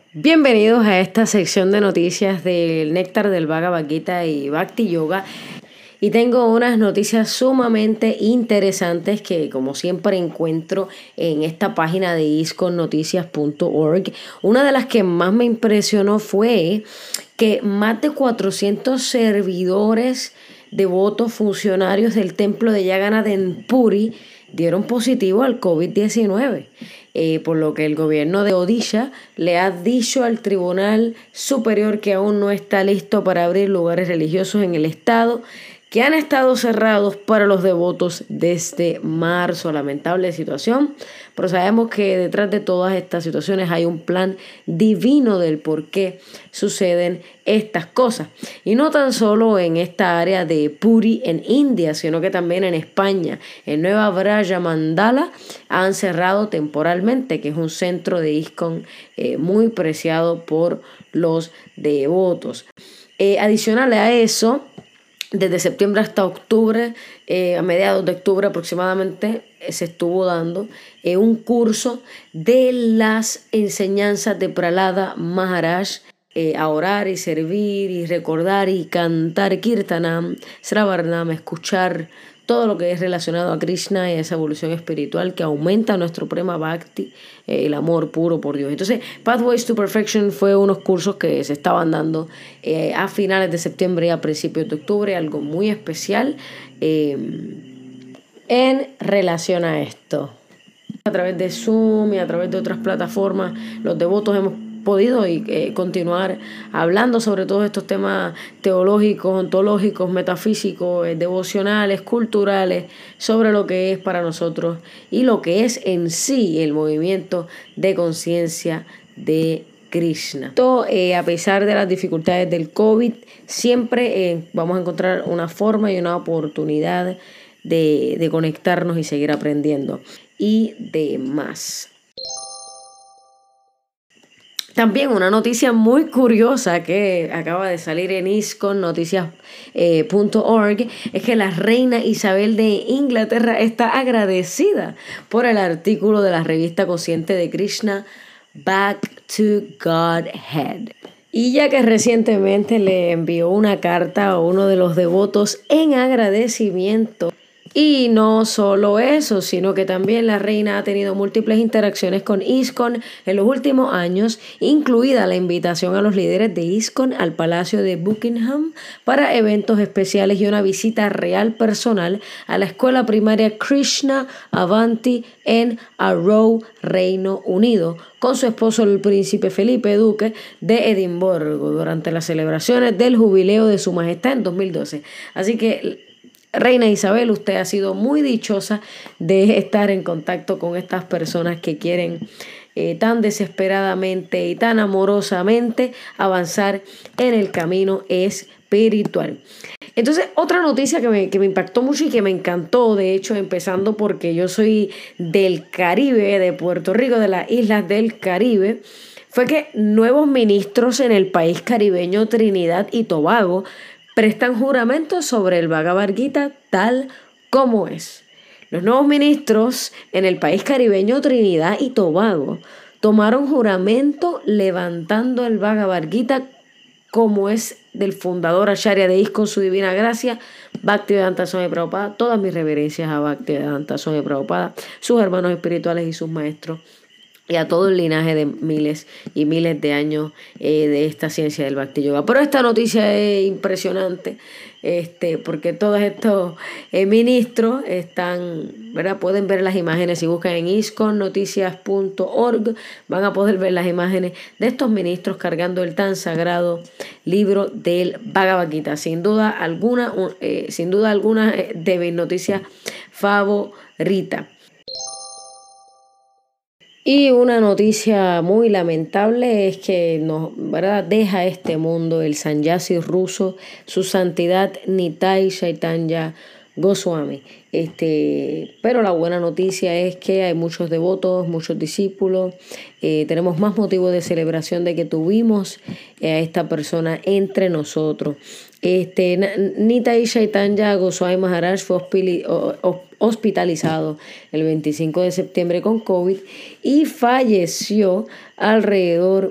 Bienvenidos a esta sección de noticias del Néctar del Bhagavad Gita y Bhakti Yoga. Y tengo unas noticias sumamente interesantes que, como siempre, encuentro en esta página de iskonnoticias.org. Una de las que más me impresionó fue que más de 400 servidores, devotos, funcionarios del templo de Jagannath en Puri dieron positivo al COVID-19. Por lo que el gobierno de Odisha le ha dicho al Tribunal Superior que aún no está listo para abrir lugares religiosos en el estado, que han estado cerrados para los devotos desde marzo. Lamentable situación, pero sabemos que detrás de todas estas situaciones hay un plan divino del por qué suceden estas cosas. Y no tan solo en esta área de Puri en India, sino que también en España. En Nueva Braja Mandala han cerrado temporalmente, que es un centro de ISKCON muy preciado por los devotos. Adicional a eso, desde septiembre hasta octubre, a mediados de octubre aproximadamente, se estuvo dando un curso de las enseñanzas de Prahlada Maharaj, a orar y servir y recordar y cantar Kirtanam, Sravarnam, escuchar todo lo que es relacionado a Krishna y a esa evolución espiritual que aumenta nuestro prema bhakti, el amor puro por Dios. Entonces, Pathways to Perfection fue unos cursos que se estaban dando a finales de septiembre y a principios de octubre, algo muy especial en relación a esto. A través de Zoom y a través de otras plataformas, los devotos hemos podido continuar hablando sobre todos estos temas teológicos, ontológicos, metafísicos, devocionales, culturales, sobre lo que es para nosotros y lo que es en sí el movimiento de conciencia de Krishna. Esto, a pesar de las dificultades del COVID, siempre vamos a encontrar una forma y una oportunidad de conectarnos y seguir aprendiendo y demás. También una noticia muy curiosa que acaba de salir en iskonnoticias.org es que la reina Isabel de Inglaterra está agradecida por el artículo de la revista consciente de Krishna, Back to Godhead. Y ya que recientemente le envió una carta a uno de los devotos en agradecimiento. Y no solo eso, sino que también la reina ha tenido múltiples interacciones con ISKCON en los últimos años, incluida la invitación a los líderes de ISKCON al Palacio de Buckingham para eventos especiales y una visita real personal a la escuela primaria Krishna Avanti en Arrow, Reino Unido, con su esposo el príncipe Felipe, duque de Edimburgo, durante las celebraciones del jubileo de su majestad en 2012. Así que, Reina Isabel, usted ha sido muy dichosa de estar en contacto con estas personas que quieren tan desesperadamente y tan amorosamente avanzar en el camino espiritual. Entonces, otra noticia que me impactó mucho y que me encantó, de hecho, empezando porque yo soy del Caribe, de Puerto Rico, de las islas del Caribe, fue que nuevos ministros en el país caribeño Trinidad y Tobago prestan juramento sobre el Bhagavad Gita tal como es. Los nuevos ministros en el país caribeño Trinidad y Tobago tomaron juramento levantando el Bhagavad Gita como es del fundador Acharya de ISKCON, su divina gracia, Bhaktivedanta Swami Prabhupada. Todas mis reverencias a Bhaktivedanta Swami Prabhupada, sus hermanos espirituales y sus maestros, y a todo el linaje de miles y miles de años de esta ciencia del Bhakti Yoga. Pero esta noticia es impresionante, porque todos estos ministros están, ¿verdad? Pueden ver las imágenes si buscan en iskonnoticias.org, van a poder ver las imágenes de estos ministros cargando el tan sagrado libro del Bhagavad Gita. Sin duda alguna, de mis noticias favoritas. Y una noticia muy lamentable es que ¿verdad? Deja este mundo el sanyasi ruso, su santidad Nitai Chaitanya Goswami. Pero la buena noticia es que hay muchos devotos, muchos discípulos. Tenemos más motivos de celebración de que tuvimos a esta persona entre nosotros. Nitai Chaitanya Goswami Maharaj fue hospitalizado el 25 de septiembre con COVID y falleció alrededor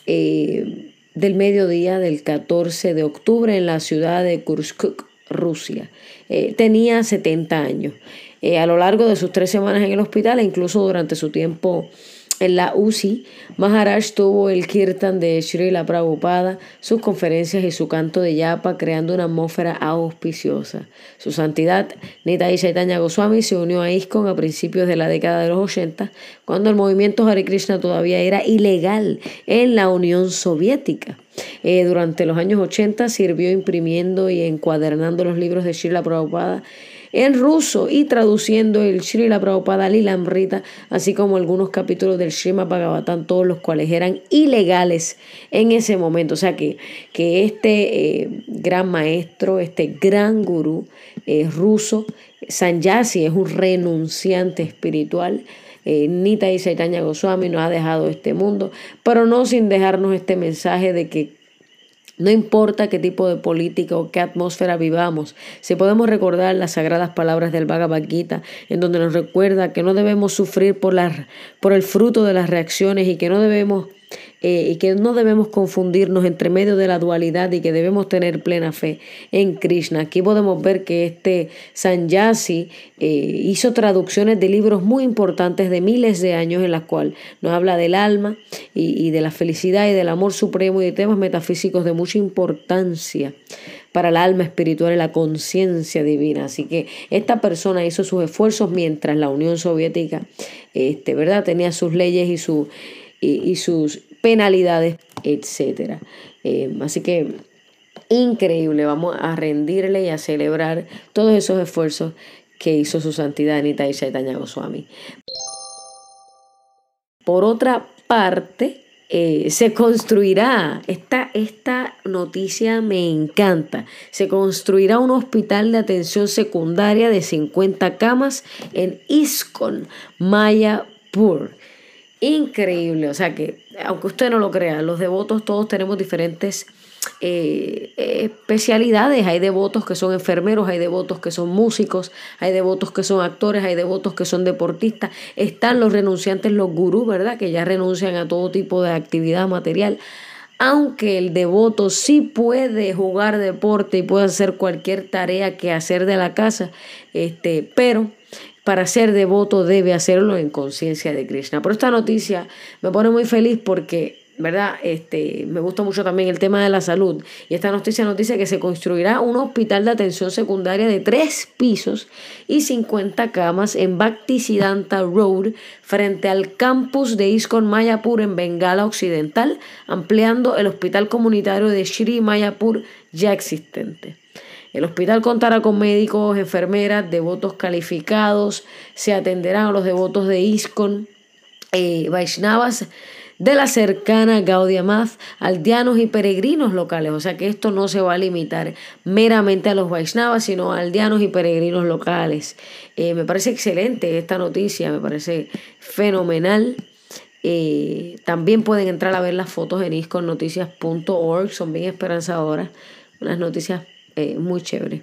del mediodía del 14 de octubre en la ciudad de Kursk, Rusia. Tenía 70 años. A lo largo de sus 3 semanas en el hospital e incluso durante su tiempo en la UCI, Maharaj tuvo el kirtan de Srila Prabhupada, sus conferencias y su canto de yapa, creando una atmósfera auspiciosa. Su santidad, Nitai Chaitanya Goswami, se unió a ISKCON a principios de la década de los 80, cuando el movimiento Hare Krishna todavía era ilegal en la Unión Soviética. Durante los años 80 sirvió imprimiendo y encuadernando los libros de Srila Prabhupada en ruso y traduciendo el Srila Prabhupada Lilamrita, así como algunos capítulos del Srimad Bhagavatam, todos los cuales eran ilegales en ese momento. O sea que este gran maestro, este gran gurú ruso, Sannyasi, es un renunciante espiritual. Nitai Chaitanya Goswami nos ha dejado este mundo, pero no sin dejarnos este mensaje de que no importa qué tipo de política o qué atmósfera vivamos, si podemos recordar las sagradas palabras del Bhagavad Gita, en donde nos recuerda que no debemos sufrir por el fruto de las reacciones y que no debemos confundirnos entre medio de la dualidad y que debemos tener plena fe en Krishna. Aquí podemos ver que este Sannyasi hizo traducciones de libros muy importantes de miles de años en las cuales nos habla del alma y de la felicidad y del amor supremo y de temas metafísicos de mucha importancia para el alma espiritual y la conciencia divina. Así que esta persona hizo sus esfuerzos mientras la Unión Soviética ¿verdad? Tenía sus leyes y sus penalidades, etcétera. Así que increíble, vamos a rendirle y a celebrar todos esos esfuerzos que hizo su santidad Nitai Chaitanya Goswami. Por otra parte, se construirá, esta noticia me encanta, se construirá un hospital de atención secundaria de 50 camas en ISKCON, Mayapur. Increíble, o sea que, aunque usted no lo crea, los devotos todos tenemos diferentes especialidades. Hay devotos que son enfermeros, hay devotos que son músicos, hay devotos que son actores, hay devotos que son deportistas. Están los renunciantes, los gurús, ¿verdad? Que ya renuncian a todo tipo de actividad material. Aunque el devoto sí puede jugar deporte y puede hacer cualquier tarea que hacer de la casa, pero para ser devoto debe hacerlo en conciencia de Krishna. Pero esta noticia me pone muy feliz porque, ¿verdad? Me gusta mucho también el tema de la salud. Y esta noticia nos dice que se construirá un hospital de atención secundaria de 3 pisos y 50 camas en Bhaktisiddhanta Road, frente al campus de ISKCON Mayapur en Bengala Occidental, ampliando el hospital comunitario de Shri Mayapur ya existente. El hospital contará con médicos, enfermeras, devotos calificados. Se atenderán a los devotos de ISKCON, Vaishnavas de la cercana Gaudiya Math, aldeanos y peregrinos locales. O sea que esto no se va a limitar meramente a los Vaishnavas, sino a aldeanos y peregrinos locales. Me parece excelente esta noticia, me parece fenomenal. También pueden entrar a ver las fotos en isconnoticias.org, son bien esperanzadoras, unas noticias muy chévere.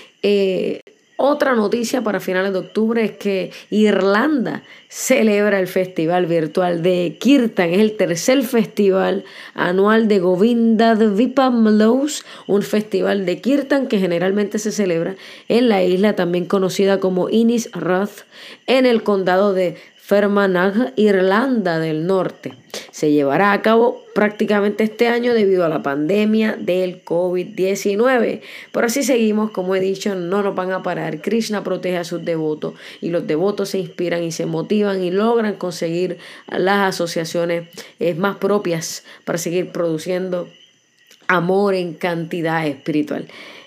Otra noticia para finales de octubre es que Irlanda celebra el festival virtual de Kirtan. Es el tercer festival anual de Govinda Vipamlows, un festival de Kirtan que generalmente se celebra en la isla también conocida como Innisrath, en el condado de Fermanagh, Irlanda del Norte. Se llevará a cabo prácticamente este año debido a la pandemia del COVID-19. Pero así seguimos, como he dicho, no nos van a parar. Krishna protege a sus devotos y los devotos se inspiran y se motivan y logran conseguir las asociaciones más propias para seguir produciendo amor en cantidad espiritual.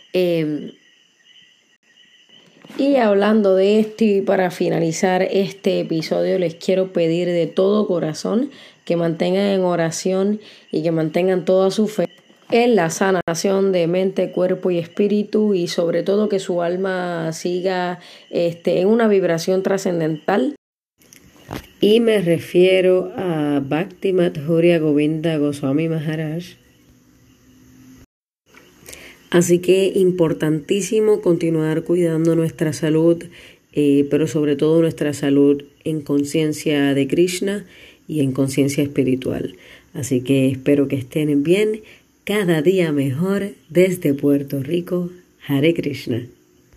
Y hablando de esto y para finalizar este episodio, les quiero pedir de todo corazón que mantengan en oración y que mantengan toda su fe en la sanación de mente, cuerpo y espíritu, y sobre todo que su alma siga en una vibración trascendental. Y me refiero a Bhakti Madhurya Govinda Goswami Maharaj. Así que importantísimo continuar cuidando nuestra salud, pero sobre todo nuestra salud en conciencia de Krishna y en conciencia espiritual. Así que espero que estén bien, cada día mejor desde Puerto Rico. Hare Krishna.